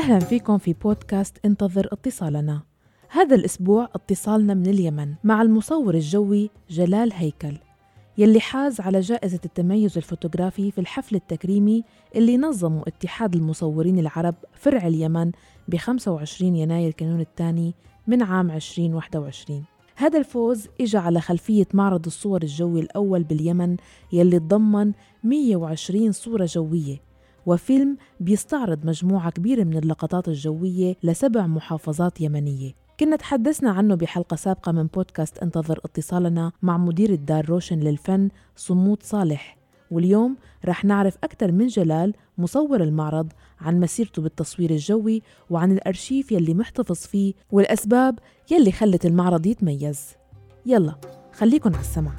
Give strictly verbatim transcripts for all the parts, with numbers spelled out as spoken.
أهلا فيكم في بودكاست انتظر اتصالنا. هذا الأسبوع اتصالنا من اليمن مع المصور الجوي جلال هيكل، يلي حاز على جائزة التميز الفوتوغرافي في الحفل التكريمي اللي نظمه اتحاد المصورين العرب فرع اليمن ب خمسة وعشرين يناير كانون الثاني من عام عشرين واحد وعشرين. هذا الفوز إجا على خلفية معرض الصور الجوي الأول باليمن يلي تضمن مئة وعشرين صورة جوية وفيلم بيستعرض مجموعة كبيرة من اللقطات الجوية لسبع محافظات يمنية. كنا تحدثنا عنه بحلقة سابقة من بودكاست انتظر اتصالنا مع مدير الدار روشن للفن صمود صالح، واليوم رح نعرف أكثر من جلال مصور المعرض عن مسيرته بالتصوير الجوي وعن الأرشيف يلي محتفظ فيه والأسباب يلي خلت المعرض يتميز. يلا خليكن على السمع.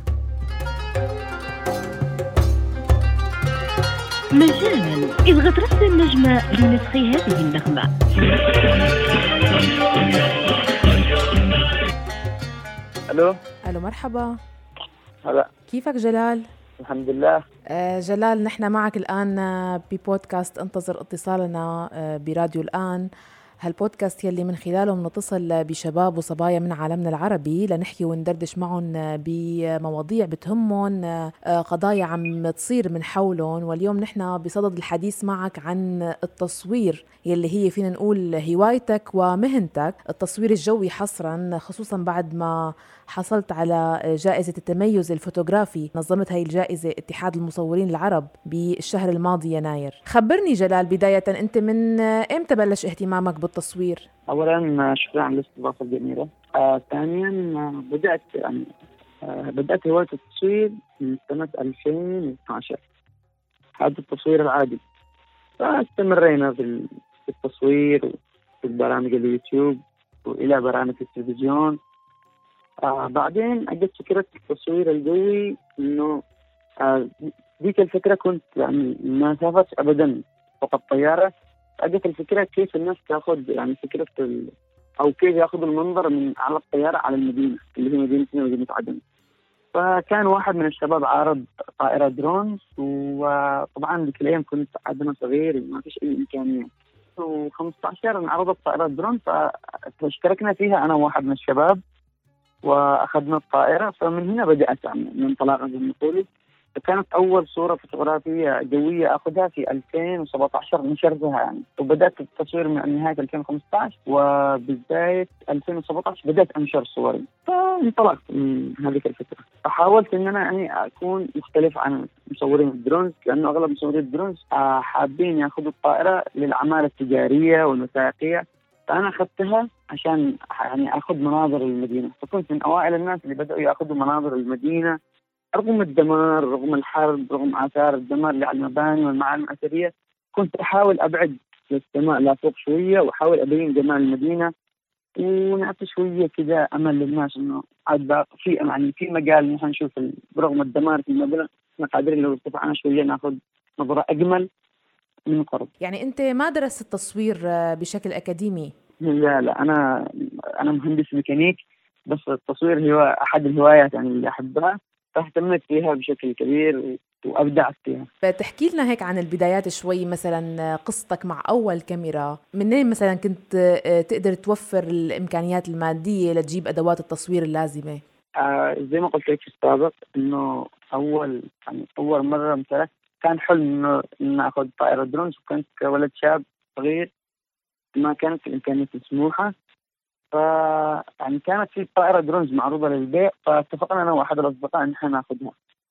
مجانا اضغط رأس النجمة لنسخ هذه النغمة. الو ألو مرحبا. هلا، كيفك جلال؟ الحمد لله. آه جلال، نحن معك الآن ببودكاست انتظر اتصالنا آه براديو الآن، هالبودكاست يلي من خلاله بنتصل بشباب وصبايا من عالمنا العربي لنحكي وندردش معهم بمواضيع بتهمهم، قضايا عم تصير من حولهم. واليوم نحن بصدد الحديث معك عن التصوير يلي هي فينا نقول هوايتك ومهنتك، التصوير الجوي حصرا، خصوصا بعد ما حصلت على جائزة التميز الفوتوغرافي نظمت هاي الجائزة اتحاد المصورين العرب بالشهر الماضي يناير. خبرني جلال بداية، انت من امتى بلش اهتمامك بالتصوير؟ اولا شكرا على الاستضافه الجميله. آه، ثانيا آه، بدات يعني آه، بدات هوايه التصوير من سنه ألفين واثني عشر، هذا التصوير العادي، فاستمرينا في التصوير في برامج اليوتيوب والى برامج التلفزيون. آه بعدين اجت فكره التصوير الجوي، انه آه ذيك الفكره كنت يعني ما سافرت ابدا فقط طياره. اجت الفكره كيف الناس تاخذ يعني فكره ال... او كيف ياخذ المنظر من على الطياره على المدينه اللي هي مدينتنا مدينه عدن. فكان واحد من الشباب عارض طائره درونز، وطبعا ذيك الايام كنت عدنا صغير ما فيش اي امكانيه، وخمسة عشر انعرضت طائره درون فاشتركنا فيها انا وواحد من الشباب واخذنا الطائره. فمن هنا بدات يعني من انطلاقا زي ما نقول. فكانت اول صوره فوتوغرافيه جويه اخذها في ألفين وسبعة عشر نشرتها يعني، وبدات التصوير من نهايه ألفين وخمسة عشر وبدايه ألفين وسبعة عشر بدات انشر صوري. فانطلقت من هذه الفكره، فحاولت ان انا يعني اكون مختلف عن مصورين الدرونز، لانه اغلب مصورين الدرونز حابين ياخذوا الطائره للاعمال التجاريه والوثائقيه، فأنا أخذتها عشان يعني أخذ مناظر المدينة. فكنت من أوائل الناس اللي بدأوا يأخذوا مناظر المدينة رغم الدمار، رغم الحرب، رغم آثار الدمار اللي على المباني والمعالم الأثرية. كنت أحاول أبعد للسماء لا فوق شوية وأحاول أبين جمال المدينة ونعطي شوية كذا أمل للناس إنه عاد في يعني في مجال نحن نشوف رغم الدمار في المدينة احنا قادرين لو ارتفعنا شوية ناخذ نظرة أجمل من قرب. يعني أنت ما درست التصوير بشكل أكاديمي؟ لا لا، أنا أنا مهندس ميكانيك، بس التصوير هو أحد الهوايات يعني اللي أحبها، فاهتمت فيها بشكل كبير وأبدعت فيها. بتحكي لنا هيك عن البدايات شوي، مثلا قصتك مع أول كاميرا، منين مثلا كنت تقدر توفر الإمكانيات المادية لتجيب أدوات التصوير اللازمة؟ آه زي ما قلت لك في السابق إنه أول يعني أول مرة مثلا كان حلم إنه إن أخذ طائرة درونز، وكنت ولد شاب صغير ما كانت الإمكانيات مسموحة. ف يعني كانت في طائرة درونز معروضة للبيع، فاتفقنا أنا وأحد الأصدقاء إن إحنا نأخذها.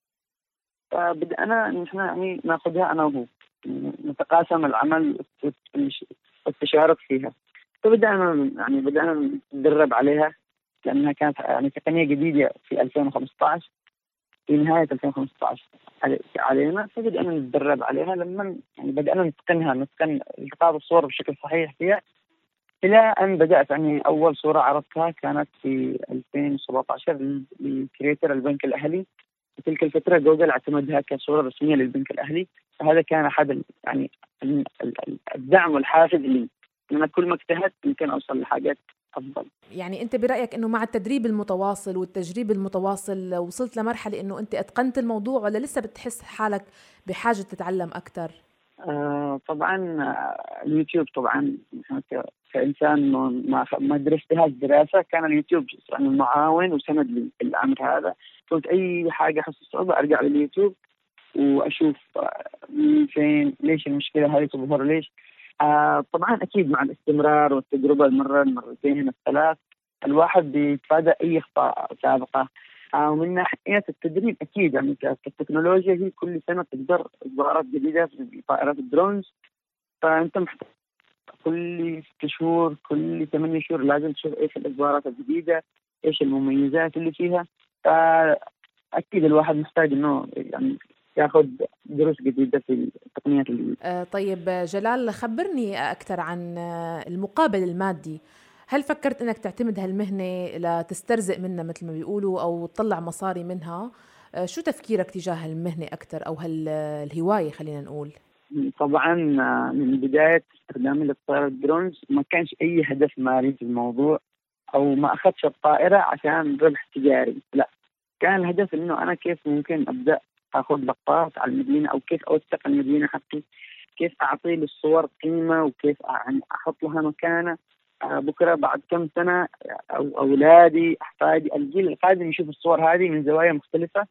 فبدأنا إن إحنا يعني نأخذها أنا وهو، نتقاسم العمل والتشارك فيها. فبدأنا يعني بدأنا نتدرب عليها، لأنها كانت يعني تقنية جديدة في ألفين وخمسة عشر، في نهاية ألفين وخمسة عشر علينا. فبدأنا نتدرب عليها لما يعني بدأنا نتقنها، نتقن التقاط الصور بشكل صحيح فيها، إلى أن بدأت يعني أول صورة عرضتها كانت في ألفين وسبعة عشر لكريتر البنك الأهلي. في تلك الفترة جوجل اعتمدها كصورة رسمية للبنك الأهلي، فهذا كان أحد يعني الدعم والحافز لي، أنا كل ما اجتهدت يمكن أوصل لحاجات أفضل. يعني أنت برأيك إنه مع التدريب المتواصل والتجريب المتواصل وصلت لمرحلة إنه أنت أتقنت الموضوع، ولا لسه بتحس حالك بحاجة تتعلم أكتر؟ آه طبعا آه، اليوتيوب طبعا. إحنا ك- كإنسان ما ما ما درستهاش دراسة، كان اليوتيوب يعني معاون وسند لي في الأمر هذا. كنت أي حاجة أحس صعوبة أرجع لليوتيوب وأشوف آه، من فين، ليش المشكلة هذه تظهر، ليش. آه طبعا أكيد مع الاستمرار والتجربة المرة المرتين الثلاث الواحد بيتفادى أي أخطاء سابقة. آه ومن ناحية التدريب أكيد يعني ك- كالتكنولوجيا هي كل سنة تصدر إصدارات جديدة في طائرات الدرونز. فأنت محتاج كل ست شهور كل ثمانية شهور لازم تشوف إيش الإصدارات الجديدة، إيش المميزات اللي فيها. فأكيد الواحد محتاج إنه يعني ياخذ دروس جديدة في التقنيات الجديدة. آه، طيب آه، جلال، خبرني أكثر عن آه، المقابل المادي. هل فكرت إنك تعتمد هالمهنة لتسترزق منها مثل ما بيقولوا أو تطلع مصاري منها؟ آه، شو تفكيرك تجاه هالمهنة أكثر أو هالهواية خلينا نقول؟ طبعا آه، من بداية استخدامي للطائرة الدرونز ما كانش أي هدف مالي في الموضوع، أو ما أخذش الطائرة عشان ربح تجاري، لا. كان الهدف إنه أنا كيف ممكن أبدأ أخذ لقطات على المدينة، أو كيف أوثق المدينة حقي، كيف أعطي للصور قيمة، وكيف يعني أحط لها مكانة. آه، بكرة بعد كم سنة أو أولادي أحفادي الجيل القادم يشوف الصور هذه من زوايا مختلفة،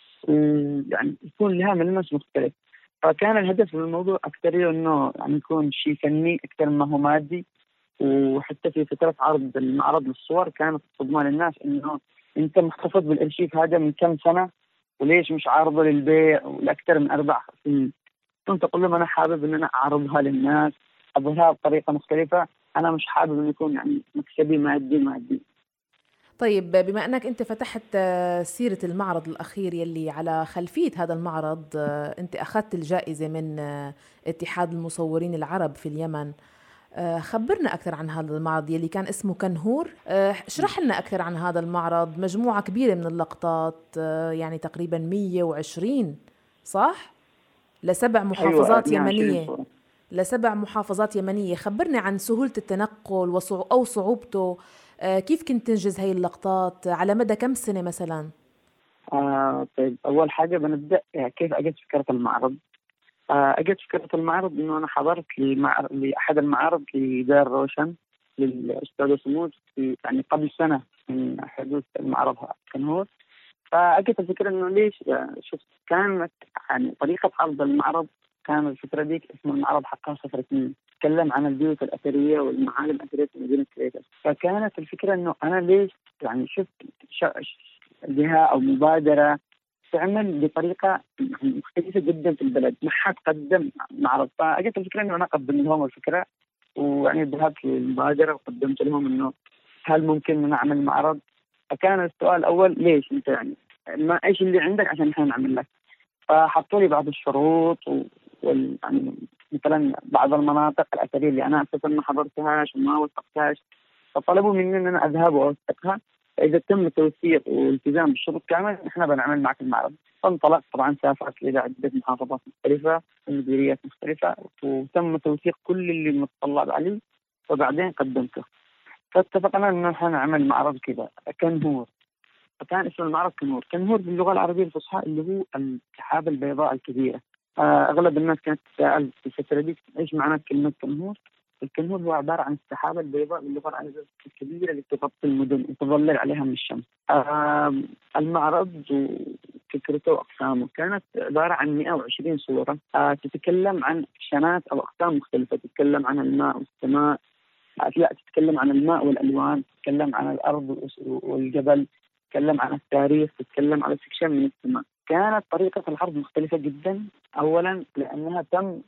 ويعني يكون لها ملمس مختلف. فكان الهدف من الموضوع أكثر إنه يعني يكون شيء فني أكثر ما هو مادي. وحتى في فترة عرض المعرض للصور كانت صدمة للناس إنه أنت محتفظ بالأرشيف هذا من كم سنة، وليش مش عارضه للبيع ولأكثر من أربع سنين؟ كنت أقول لهم أنا حابب إن أنا أعرضها للناس، أظهرها بطريقة مختلفة. أنا مش حابب إنه يكون يعني مكسبي مادي مادي. طيب بما أنك أنت فتحت آه، سيرة المعرض الأخير يلي على خلفية هذا المعرض، آه، أنت أخذت الجائزة من آه، اتحاد المصورين العرب في اليمن. آه، خبرنا أكثر عن هذا المعرض يلي كان اسمه كنهور. آه، اشرح لنا أكثر عن هذا المعرض. مجموعة كبيرة من اللقطات، آه، يعني تقريبا مية وعشرين، صح؟ لسبع أيوة محافظات مئة وعشرين يمنية. صورة. لسبع محافظات يمنية. خبرني عن سهولة التنقل وصعو أو صعوبته. آه، كيف كنت تنجز هاي اللقطات على مدى كم سنة مثلا؟ آه طيب، أول حاجة بنبدأ يعني كيف أجت فكرة المعرض. آه، أجت فكرة المعرض إنه أنا حضرت لمعرض لأحد المعارض لدار روشن للأستاذ صمود في يعني قبل سنة من حدوث المعرض هذا كان هو. فأجت الفكرة إنه ليش يعني شفت كانت يعني طريقة عرض المعرض. كان الفترة ديك اسمه المعرض حقها صفر اثنين، تكلم عن البيوت الأثرية والمعالم الأثرية في مدينة كريتا. فكانت الفكرة إنه أنا ليش يعني شفت ش- جهة أو مبادرة تعمل بطريقه يعني مختلفه جدا في البلد، ما حد قدم معرض. فاجت الفكره انه انا اقدم لهم الفكره، ويعني ذهبت للمبادره وقدمت لهم انه هل ممكن ان نعمل معرض. فكان السؤال الاول ليش انت يعني ما ايش اللي عندك عشان احنا نعمل لك. فحطوا لي بعض الشروط و... وال... يعني مثلا بعض المناطق الاثريه اللي انا اساسا ما حضرتهاش وما وثقتهاش، فطلبوا مني ان انا اذهب واوثقها. فاذا تم توثيق والالتزام بالشروط كامل احنا بنعمل معك المعرض. فانطلقت طبعا، سافرت الى عده محافظات مختلفه ومديريات مختلفه، وتم توثيق كل اللي متطلب عليه، وبعدين قدمته. فاتفقنا ان احنا نعمل معرض كذا كنهور. فكان اسم المعرض كنهور. كنهور باللغه العربيه الفصحى اللي هو السحابه البيضاء الكبيره. آه، اغلب الناس كانت تسال في الفتره دي ايش معنى كلمه كنهور. الكنهور هو عباره عن السحابه البيضاء باللغه العربيه الكبيره اللي تغطي المدن وتظلل عليها من الشمس. آه، المعرض وفكرته واقسامه كانت عباره عن مئة وعشرين صوره، آه، تتكلم عن شنات او اقسام مختلفه. تتكلم عن الماء والسماء، لا تتكلم عن الماء والالوان، تتكلم عن الارض والجبل، تتكلم عن التاريخ، تتكلم على سكشن من السماء. كانت طريقة العرض مختلفة جدا، أولا لأنها تم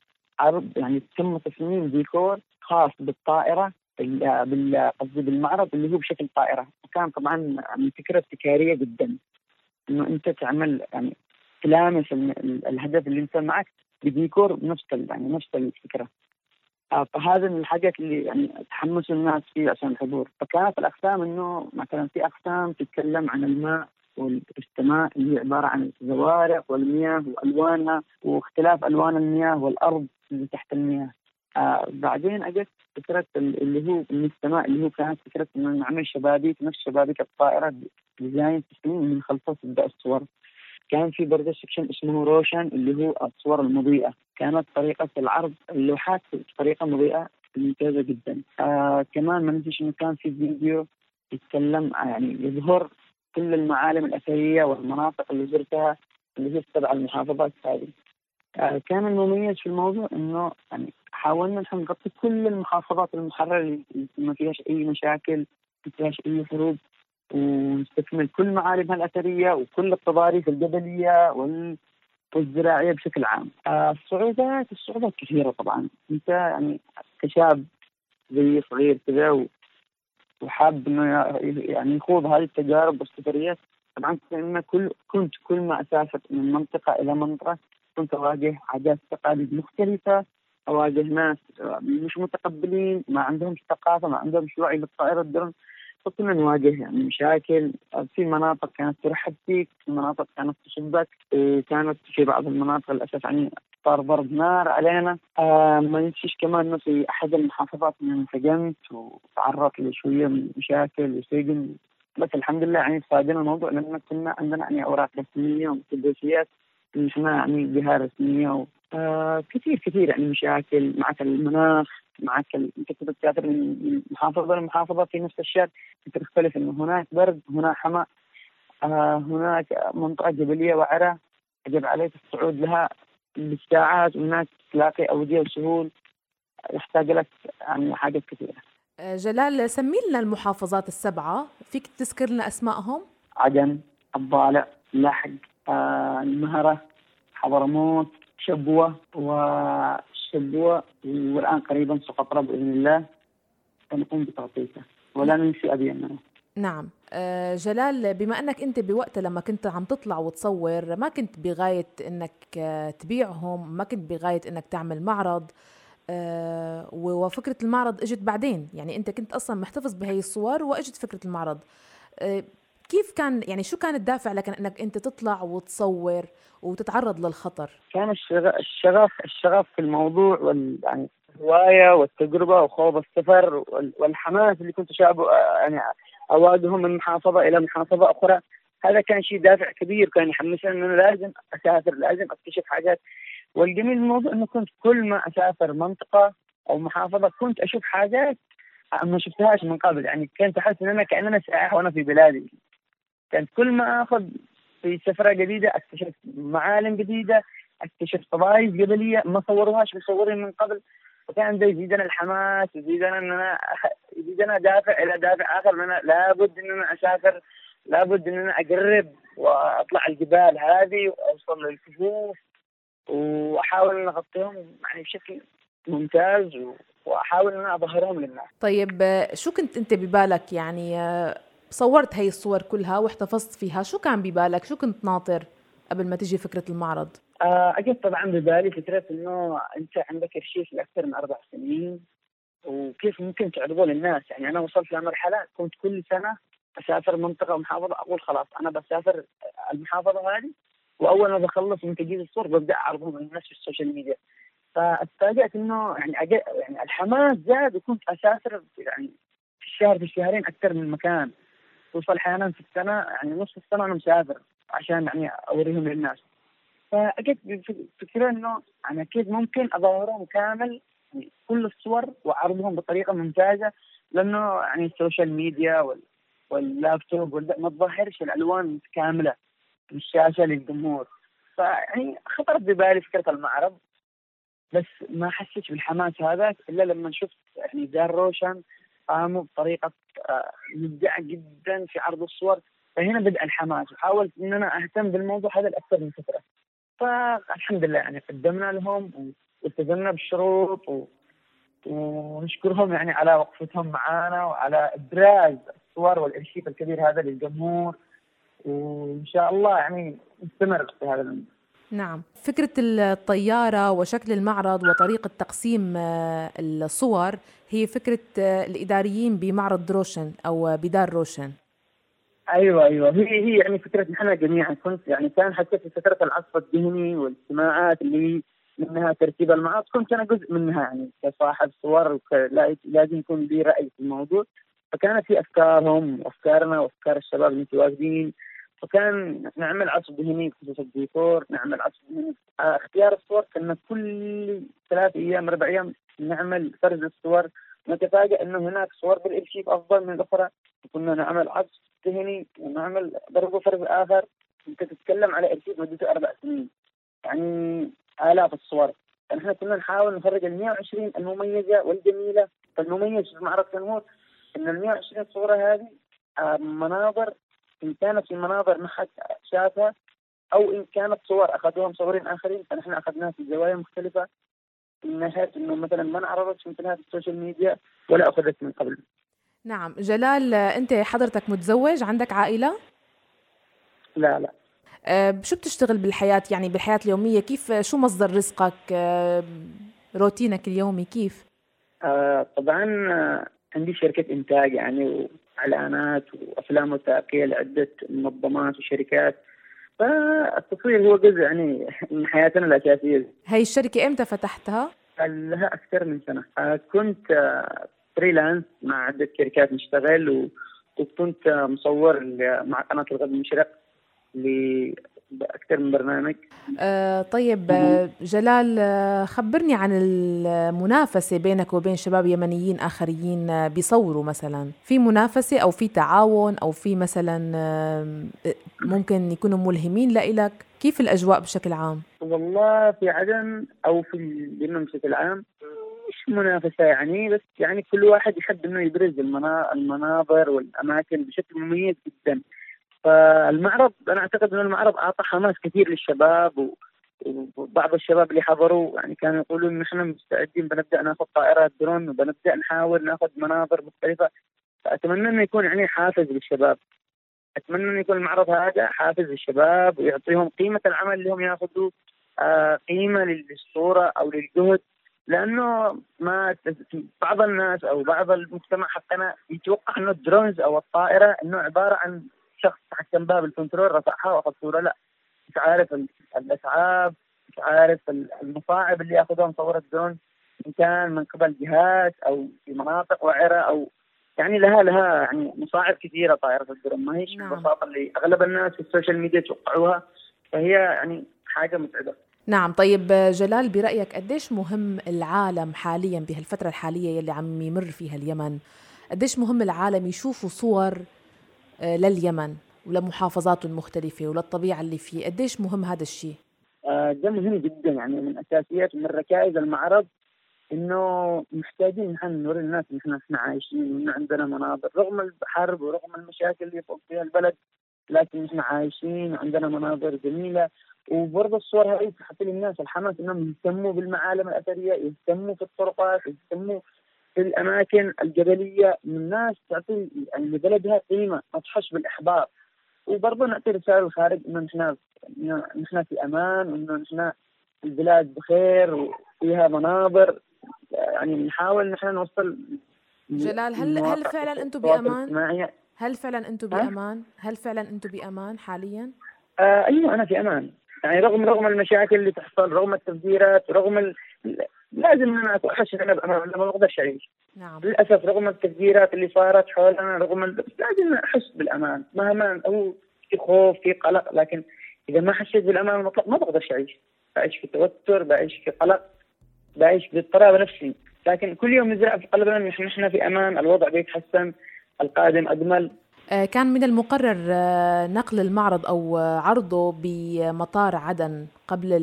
عرض يعني تم تصميم ديكور خاص بالطائرة بال بال- قصدي بالمعرض اللي هو بشكل طائرة. وكان طبعا يعني فكرة ابتكارية جدا إنه أنت تعمل يعني تلامس ال- ال- الهدف اللي أنت معك بديكور بنفس ال- يعني نفس الفكرة. آه، فهذا من الحاجات اللي يعني تحمسوا الناس فيه عشان الحضور. فكانت الأقسام إنه مثلا في أقسام تتكلم عن الماء والسماء اللي هي عبارة عن الزوارق والمياه وألوانها واختلاف ألوان المياه والأرض اللي تحت المياه. آه بعدين أجت فكرة ال- اللي هو من السماء، اللي هو كانت فكرة إنه نعمل شبابيك نفس شبابيك الطائرة ديزاين تصميم من خلفه تبدأ الصور. كان في برضه سكشن اسمه روشن اللي هو الصور المضيئة. كانت طريقة العرض اللوحات بطريقة مضيئة ممتازة جدا. آه كمان ما ننسيش إنه كان في فيديو يتكلم يعني يظهر كل المعالم الأثرية والمناطق اللي زرتها اللي هي السبع المحافظات هذه. آه كان المميز في الموضوع إنه يعني حاولنا نحن نغطي كل المحافظات المحررة اللي ما فيهاش أي مشاكل، ما فيهاش أي حروب، ونستكمل كل معالمها الأثرية وكل التضاريس الجبلية وال والزراعية بشكل عام. آه الصعوبات الصعوبات كثيرة طبعا. أنت يعني كشاب زي صغير كذا وحاب إنه يعني يخوض هذه التجارب والسفريات، طبعا إن كل كنت كل ما أسافر من منطقة إلى منطقة كنت أواجه عادات تقاليد مختلفة، أواجه ناس مش متقبلين، ما عندهم ثقافة، ما عندهم وعي بالطائرة الدرون، فكنا نواجه يعني مشاكل. في مناطق كانت ترحب فيك، في مناطق كانت تصدك، وكانت في بعض المناطق للأسف يعني صار ضرب نار علينا. آه ما ننسيش كمان إنه في أحد المحافظات من انسجنت وتعرضت لشوية من مشاكل وسجن، بس الحمد لله يعني تفادينا الموضوع لأن كنا عندنا يعني أوراق رسمية ومسدسيات إن إحنا يعني جهة رسمية و... آه كثير كثير يعني مشاكل معك المناخ، معك ال... أنت كنت تسافر من محافظة لمحافظة في نفس الشهر تختلف، إنه هناك برد هناك حماء، آه هناك منطقة جبلية وعرة يجب عليك الصعود لها بالساعات، وهناك تلاقي أودية وسهول يحتاج لك يعني حاجات كثيرة. جلال، سمي لنا المحافظات السبعة، فيك تذكر لنا أسمائهم؟ عدن، الضالع، لحق، آه المهرة، حضرموت، شبوة وشبوة، والآن قريبا سقطرى بإذن الله سنقوم بتغطيته، ولا ننسي أبينا. نعم. آه جلال، بما أنك أنت بوقت لما كنت عم تطلع وتصور ما كنت بغاية أنك تبيعهم، ما كنت بغاية أنك تعمل معرض، آه وفكرة المعرض اجت بعدين، يعني أنت كنت أصلا محتفظ بهي الصور واجت فكرة المعرض. آه كيف كان، يعني شو كان الدافع لك أنك أنت تطلع وتصور وتتعرض للخطر؟ كان الشغف الشغف في الموضوع وال يعني الهواية والتجربة وخوض السفر والحماس اللي كنت شعبه يعني أواجهه من محافظة إلى محافظة أخرى. هذا كان شيء دافع كبير، كان يحمسني إنه لازم أسافر، لازم أكتشف حاجات. والجميل الموضوع إنه كنت كل ما أسافر منطقة أو محافظة كنت أشوف حاجات ما شفتهاش من قبل، يعني كنت أحس إن أنا كأننا سائح وأنا في بلادي. كانت كل ما أخذ في سفرة جديدة أكتشف معالم جديدة، أكتشف طبايف جبلية ما صوروهاش مصورين من قبل، وكان ده يزيدنا الحماس، يزيدنا إن أنا يزيدنا دافع إلى دافع آخر، إن أنا لابد إن أنا أسافر، لابد إن أنا أقرب وأطلع الجبال هذه وأوصل للكهوف وأحاول أن أغطيهم يعني بشكل ممتاز، وأحاول أن أظهرهم للناس. طيب شو كنت أنت ببالك، يعني صورت هاي الصور كلها واحتفظت فيها، شو كان ببالك، شو كنت ناطر قبل ما تجي فكرة المعرض؟ أجد طبعا ببالي فكرة إنه أنت عندك أرشيف لأكثر من أربع سنين وكيف ممكن تعرضه للناس. يعني أنا وصلت لمرحلة كنت كل سنة أسافر منطقة ومحافظة، أقول خلاص أنا بسافر المحافظة هذه، وأول ما بخلص من تجهيز الصور ببدأ أعرضهم للناس في السوشيال ميديا. فاتفاجأت إنه يعني يعني الحماس زاد، وكنت أسافر يعني في الشهر في الشهرين أكثر من مكان، توصل أحيانا في السنة يعني نصف السنة أنا مسافر عشان يعني أوريهم للناس. فأجت بفكرة إنه أنا كيف ممكن أظهرهم كامل يعني كل الصور وأعرضهم بطريقة ممتازة، لأنه يعني السوشيال ميديا وال واللابتوب ما تظهرش الألوان كاملة في الشاشة للجمهور. فيعني خطرت ببالي فكرة المعرض، بس ما حسيت بالحماس هذا إلا لما شفت يعني دار روشن قاموا بطريقة مبدعة جدا في عرض الصور، فهنا بدأ الحماس، وحاولت إن أنا أهتم بالموضوع هذا لأكثر من فترة. فالحمد لله يعني قدمنا لهم والتزمنا بالشروط و... ونشكرهم يعني على وقفتهم معنا وعلى إبراز الصور والأرشيف الكبير هذا للجمهور، وإن شاء الله يعني نستمر في هذا الأمر. نعم. فكرة الطيارة وشكل المعرض وطريقة تقسيم الصور هي فكرة الإداريين بمعرض روشن أو بدار روشن. أيوة أيوة هي هي يعني فكرة نحن جميعا. كنت يعني كان حتى في فترة العصف الذهني والاجتماعات اللي منها ترتيب المعرض كنت أنا جزء منها، يعني كصاحب صور لازم يكون لي رأي في الموضوع، فكانت في أفكارهم وأفكارنا وأفكار الشباب المتواجدين فكان نعمل عصف ذهني بخصوص الديكور، نعمل عصف ذهني آه اختيار الصور. كنا كل ثلاث أيام أربع أيام نعمل فرز الصور، نتفاجأ إنه هناك صور بالإرشيف أفضل من الأخرى. كنا نعمل عصف ذهني ونعمل برضه فرز آخر. أنت تتكلم على إرشيف مدته أربع سنين، يعني آلاف الصور. فنحن كنا نحاول نخرج ال مئة وعشرين المميزة والجميلة. فالمميز في معرض تنوور إن ال مئة وعشرين صورة هذه آه مناظر، إن كانت في مناظر ما حد شافها أو إن كانت صور أخذوها مصورين آخرين، فنحن أخذناها في زوايا مختلفة، من ناحية إنه مثلا ما انعرضت مثلها في السوشيال ميديا ولا أخذت من قبل. نعم. جلال، أنت حضرتك متزوج، عندك عائلة؟ لا لا. أه شو بتشتغل بالحياة، يعني بالحياة اليومية كيف، شو مصدر رزقك، أه روتينك اليومي كيف؟ آه طبعا آه عندي شركة إنتاج يعني وإعلانات وأفلام وثائقية لعدة منظمات وشركات، فالتصوير هو جزء يعني من حياتنا الأساسية. هاي الشركة إمتى فتحتها؟ لها أكثر من سنة. آه كنت آه فريلانس مع عدة شركات نشتغل، وكنت آه مصور مع قناة الغد المشرق لأكثر من برنامج. آه طيب آه جلال، آه خبرني عن المنافسة بينك وبين شباب يمنيين آخرين آه بيصوروا مثلا. في منافسة أو في تعاون أو في مثلا آه ممكن يكونوا ملهمين لإلك؟ كيف الأجواء بشكل عام؟ والله في عدن أو في اليمن بشكل عام مش منافسة يعني، بس يعني كل واحد يحب إنه يبرز المناظر والأماكن بشكل مميز جدا. فالمعرض أنا أعتقد أن المعرض أعطى حماس كثير للشباب، وبعض الشباب اللي حضروا يعني كانوا يقولوا إن إحنا مستعدين بنبدأ ناخذ طائرات درون وبنبدأ نحاول ناخذ مناظر مختلفة. فأتمنى إنه يكون يعني حافز للشباب. أتمنى إنه يكون المعرض هذا حافز للشباب ويعطيهم قيمة العمل اللي هم ياخذوا، آه قيمة للصورة أو للجهد. لأنه ما بعض الناس أو بعض المجتمع حقنا يتوقع إنه الدرونز أو الطائرة إنه عبارة عن شخص تحكم بها بالكنترول رفعها واخذ صورة. لا، مش عارف الأسعاب، مش عارف المصاعب اللي ياخذوها مصور الدرون، إن كان من قبل جهات أو في مناطق وعرة أو يعني لها لها يعني مصاعب كثيرة. طائرة الدرون ما هيش بالبساطة اللي أغلب الناس في السوشيال ميديا يتوقعوها، فهي يعني حاجة متعبة. نعم. طيب جلال، برأيك قديش مهم العالم حاليا بهالفترة الحالية يلي عم يمر فيها اليمن، قديش مهم العالم يشوفوا صور لليمن ولمحافظاته المختلفة وللطبيعة اللي فيه؟ قديش مهم هذا الشيء؟ آه ده مهم جدا، يعني من أساسيات من ركائز المعرض إنه محتاجين نحن نوري الناس إن إحنا إحنا عايشين وإن عندنا مناظر رغم الحرب ورغم المشاكل اللي فوق فيها البلد، لكن إحنا عايشين وعندنا مناظر جميلة. وبرضه الصور هاي تحط للناس الحماس إنهم يهتموا بالمعالم الأثرية، يهتموا في الطرقات، يهتموا في الأماكن الجبلية. من الناس تعطي يعني لبلدها قيمة، ما تحش بالإحباط. وبرضه نعطي رسالة للخارج إنه نحن نحن في أمان، وإنه نحن البلاد بخير وفيها مناظر. يعني نحاول نحن نوصل. جلال، هل هل فعلا أنتم بأمان؟ هل فعلا أنتم بأمان؟ هل فعلا أنتم بأمان حاليا؟ آه أيوة أنا في أمان، يعني رغم رغم المشاكل اللي تحصل، رغم التفجيرات، رغم ال... لازم أنا أحس إن أنا بأمان، أنا ما أقدرش أعيش. نعم. للأسف رغم التفجيرات اللي صارت حولنا، رغم ال... لازم أحس بالأمان مهما أو في خوف في قلق، لكن إذا ما حسيت بالأمان المطلق ما بقدرش أعيش. بعيش في توتر، بعيش في قلق، بعيش باضطراب نفسي. لكن كل يوم نزرع في قلبنا إن إحنا في أمان، الوضع بيتحسن، القادم أجمل. كان من المقرر نقل المعرض أو عرضه بمطار عدن قبل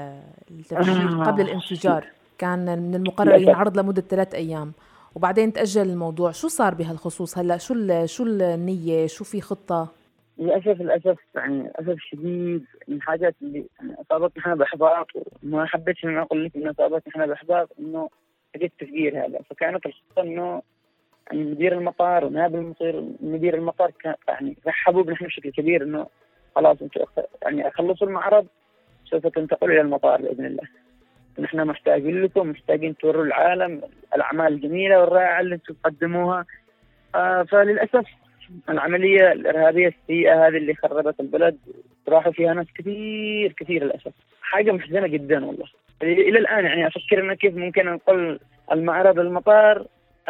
التفجير، قبل الانفجار. كان من المقرر ينعرض لمدة ثلاث أيام وبعدين تأجل الموضوع. شو صار بهالخصوص هلا؟ شو شو النية؟ شو في خطة؟ للأسف للأسف يعني للأسف الشديد من الحاجات اللي أصابتنا إحنا بإحباط، وما حبيتش إن أقول لك إن أصابتنا إحنا بإحباط إنه حاجة التفجير هذا. فكانت الخطة إنه يعني مدير المطار ونائب المطير مدير المطار كان يعني رحبوا بنا بشكل كبير إنه خلاص أنتوا يعني خلصوا المعرض سوف تنتقلوا إلى المطار بإذن الله. نحن محتاجين لكم، محتاجين توروا العالم الأعمال الجميلة والرائعة اللي أنتم تقدموها. آه فللأسف العملية الإرهابية السيئة هذه اللي خربت البلد راحوا فيها ناس كثير كثير للأسف. حاجة محزنة جدا والله. إلى الآن يعني أفكر إنه كيف ممكن نقل المعرض المطار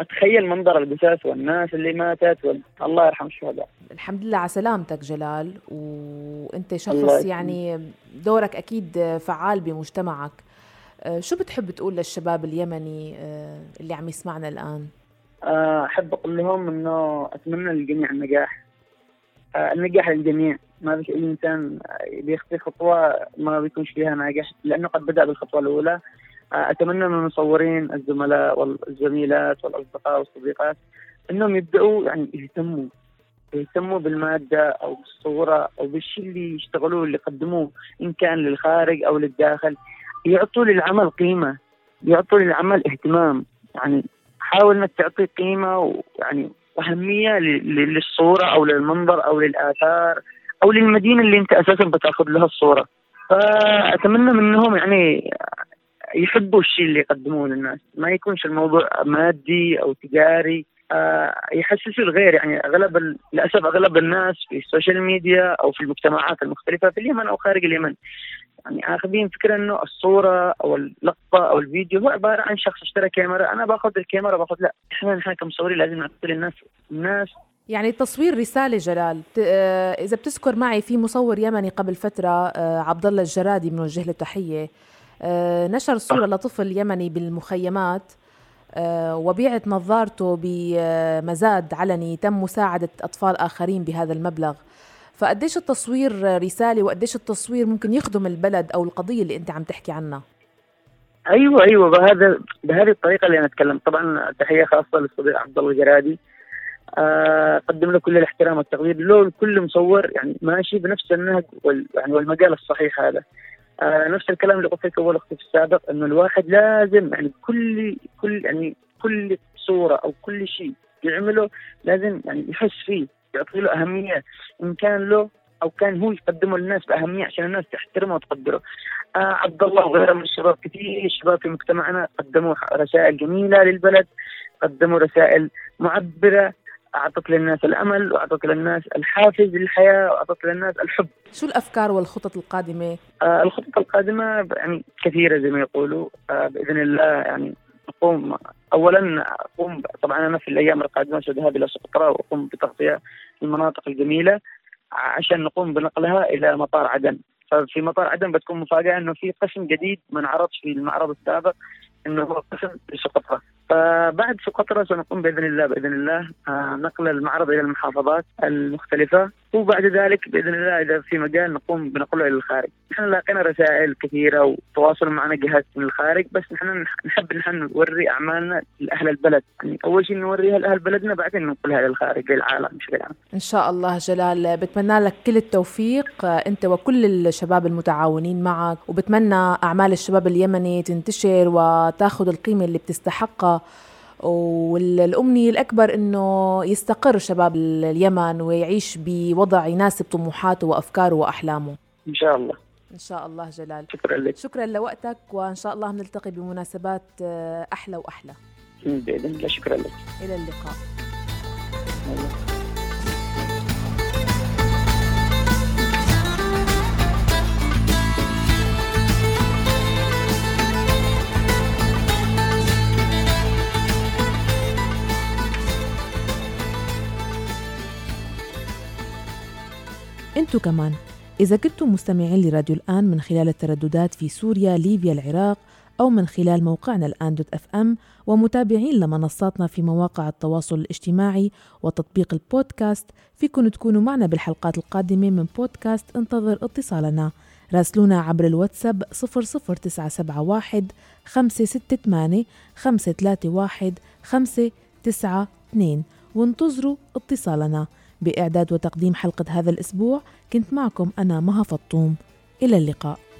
أتخيل منظر القساس والناس اللي ماتت وال... الله يرحم الشهداء. الحمد لله على سلامتك جلال، وانت الله شخص يسلمك. يعني دورك اكيد فعال بمجتمعك. آه، شو بتحب تقول للشباب اليمني آه، اللي عم يسمعنا الآن؟ آه، أحب أقول لهم إنه أتمنى للجميع النجاح. آه، النجاح للجميع، ما بيش أي إنسان بيخطي خطوة ما بيكونش فيها ناجح، لأنه قد بدأ بالخطوة الأولى. آه، أتمنى من المصورين الزملاء والزميلات والأصدقاء والصديقات إنهم يبدأوا يعني يهتموا يهتموا بالمادة أو بالصورة أو بالشيء اللي يشتغلوه اللي يقدموه، إن كان للخارج أو للداخل. يعطوا للعمل قيمة، يعطوا للعمل اهتمام. يعني حاول إنك تعطي قيمة ويعني أهمية للصورة أو للمنظر أو للآثار أو للمدينة اللي أنت أساسا بتاخذ لها الصورة. فأتمنى منهم يعني يحبوا الشيء اللي يقدموه للناس، ما يكونش الموضوع مادي أو تجاري. آه يحسسوا الغير. يعني أغلب ال... للأسف أغلب الناس في السوشيال ميديا أو في المجتمعات المختلفة في اليمن أو خارج اليمن يعني آخذين فكرة إنه الصورة أو اللقطة أو الفيديو هو عبارة عن شخص اشترى كاميرا، أنا باخذ الكاميرا باخذ. لا، إحنا نحن كمصورين لازم نعطي للناس الناس يعني التصوير رسالة. جلال، إذا بتذكر معي في مصور يمني قبل فترة عبد الله الجرادي، بنوجه له تحية، نشر صورة لطفل يمني بالمخيمات وبيعت نظارته بمزاد علني تم مساعدة أطفال آخرين بهذا المبلغ. فقديش التصوير رسالة وقديش التصوير ممكن يخدم البلد أو القضية اللي أنت عم تحكي عنها؟ أيوة أيوة بهذا بهذه الطريقة اللي أنا أتكلم. طبعا تحية خاصة للصديق عبد الله الجرادي، آه قدم له كل الاحترام والتقدير. له كل مصور يعني ماشي بنفس النهج وال يعني والمجال الصحيح هذا. آه نفس الكلام اللي قلت لك أول أختي في السابق، إنه الواحد لازم يعني كل كل يعني كل صورة أو كل شيء يعمله لازم يعني يحس فيه، يعطي له أهمية، إن كان له أو كان هو يقدمه للناس بأهمية عشان الناس تحترمه وتقدره. آه عبد الله وغيره من الشباب، كثير الشباب في مجتمعنا قدموا رسائل جميلة للبلد، قدموا رسائل معبرة، أعطت للناس الأمل وأعطت للناس الحافز للحياة وأعطت للناس الحب. شو الأفكار والخطط القادمة؟ آه الخطط القادمة يعني كثيرة زي ما يقولوا. آه بإذن الله يعني أقوم أولا أقوم طبعا أنا في الأيام القادمة سأذهب إلى سقطرى وأقوم بتغطية المناطق الجميلة عشان نقوم بنقلها إلى مطار عدن. ففي مطار عدن بتكون مفاجأة إنه في قسم جديد ما انعرضش في المعرض السابق، إنه هو قسم لسقطرى. فبعد سقطرى سنقوم بإذن الله بإذن الله نقل المعرض إلى المحافظات المختلفة، وبعد ذلك بإذن الله إذا في مجال نقوم بنقله إلى الخارج. نحن لاقينا رسائل كثيرة وتواصل معنا جهات من الخارج، بس نحن نحب نحن نوري أعمالنا لأهل البلد. يعني أول شيء نوريها لأهل بلدنا، بعدين ننقلها للخارج للعالم بشكل عام. إن شاء الله. جلال، بتمنى لك كل التوفيق أنت وكل الشباب المتعاونين معك، وبتمنى أعمال الشباب اليمني تنتشر وتاخذ القيمة اللي بتستحقها، والأمنية الأكبر إنه يستقر شباب اليمن ويعيش بوضع يناسب طموحاته وأفكاره وأحلامه إن شاء الله. إن شاء الله. جلال، شكرا لك. شكرا لوقتك، وإن شاء الله نلتقي بمناسبات أحلى وأحلى بإذن الله. شكرا لك. إلى اللقاء. الله. انتو كمان إذا كنتم مستمعين لراديو الآن من خلال الترددات في سوريا، ليبيا، العراق، أو من خلال موقعنا الآن دوت أف أم، ومتابعين لمنصاتنا في مواقع التواصل الاجتماعي وتطبيق البودكاست، فيكن تكونوا معنا بالحلقات القادمة من بودكاست انتظر اتصالنا. راسلونا عبر الواتساب صفر صفر تسعة سبعة واحد خمسة ستة ثمانية خمسة ثلاثة واحد خمسة تسعة اثنين وانتظروا اتصالنا. بإعداد وتقديم حلقة هذا الأسبوع كنت معكم أنا مها فطوم. إلى اللقاء.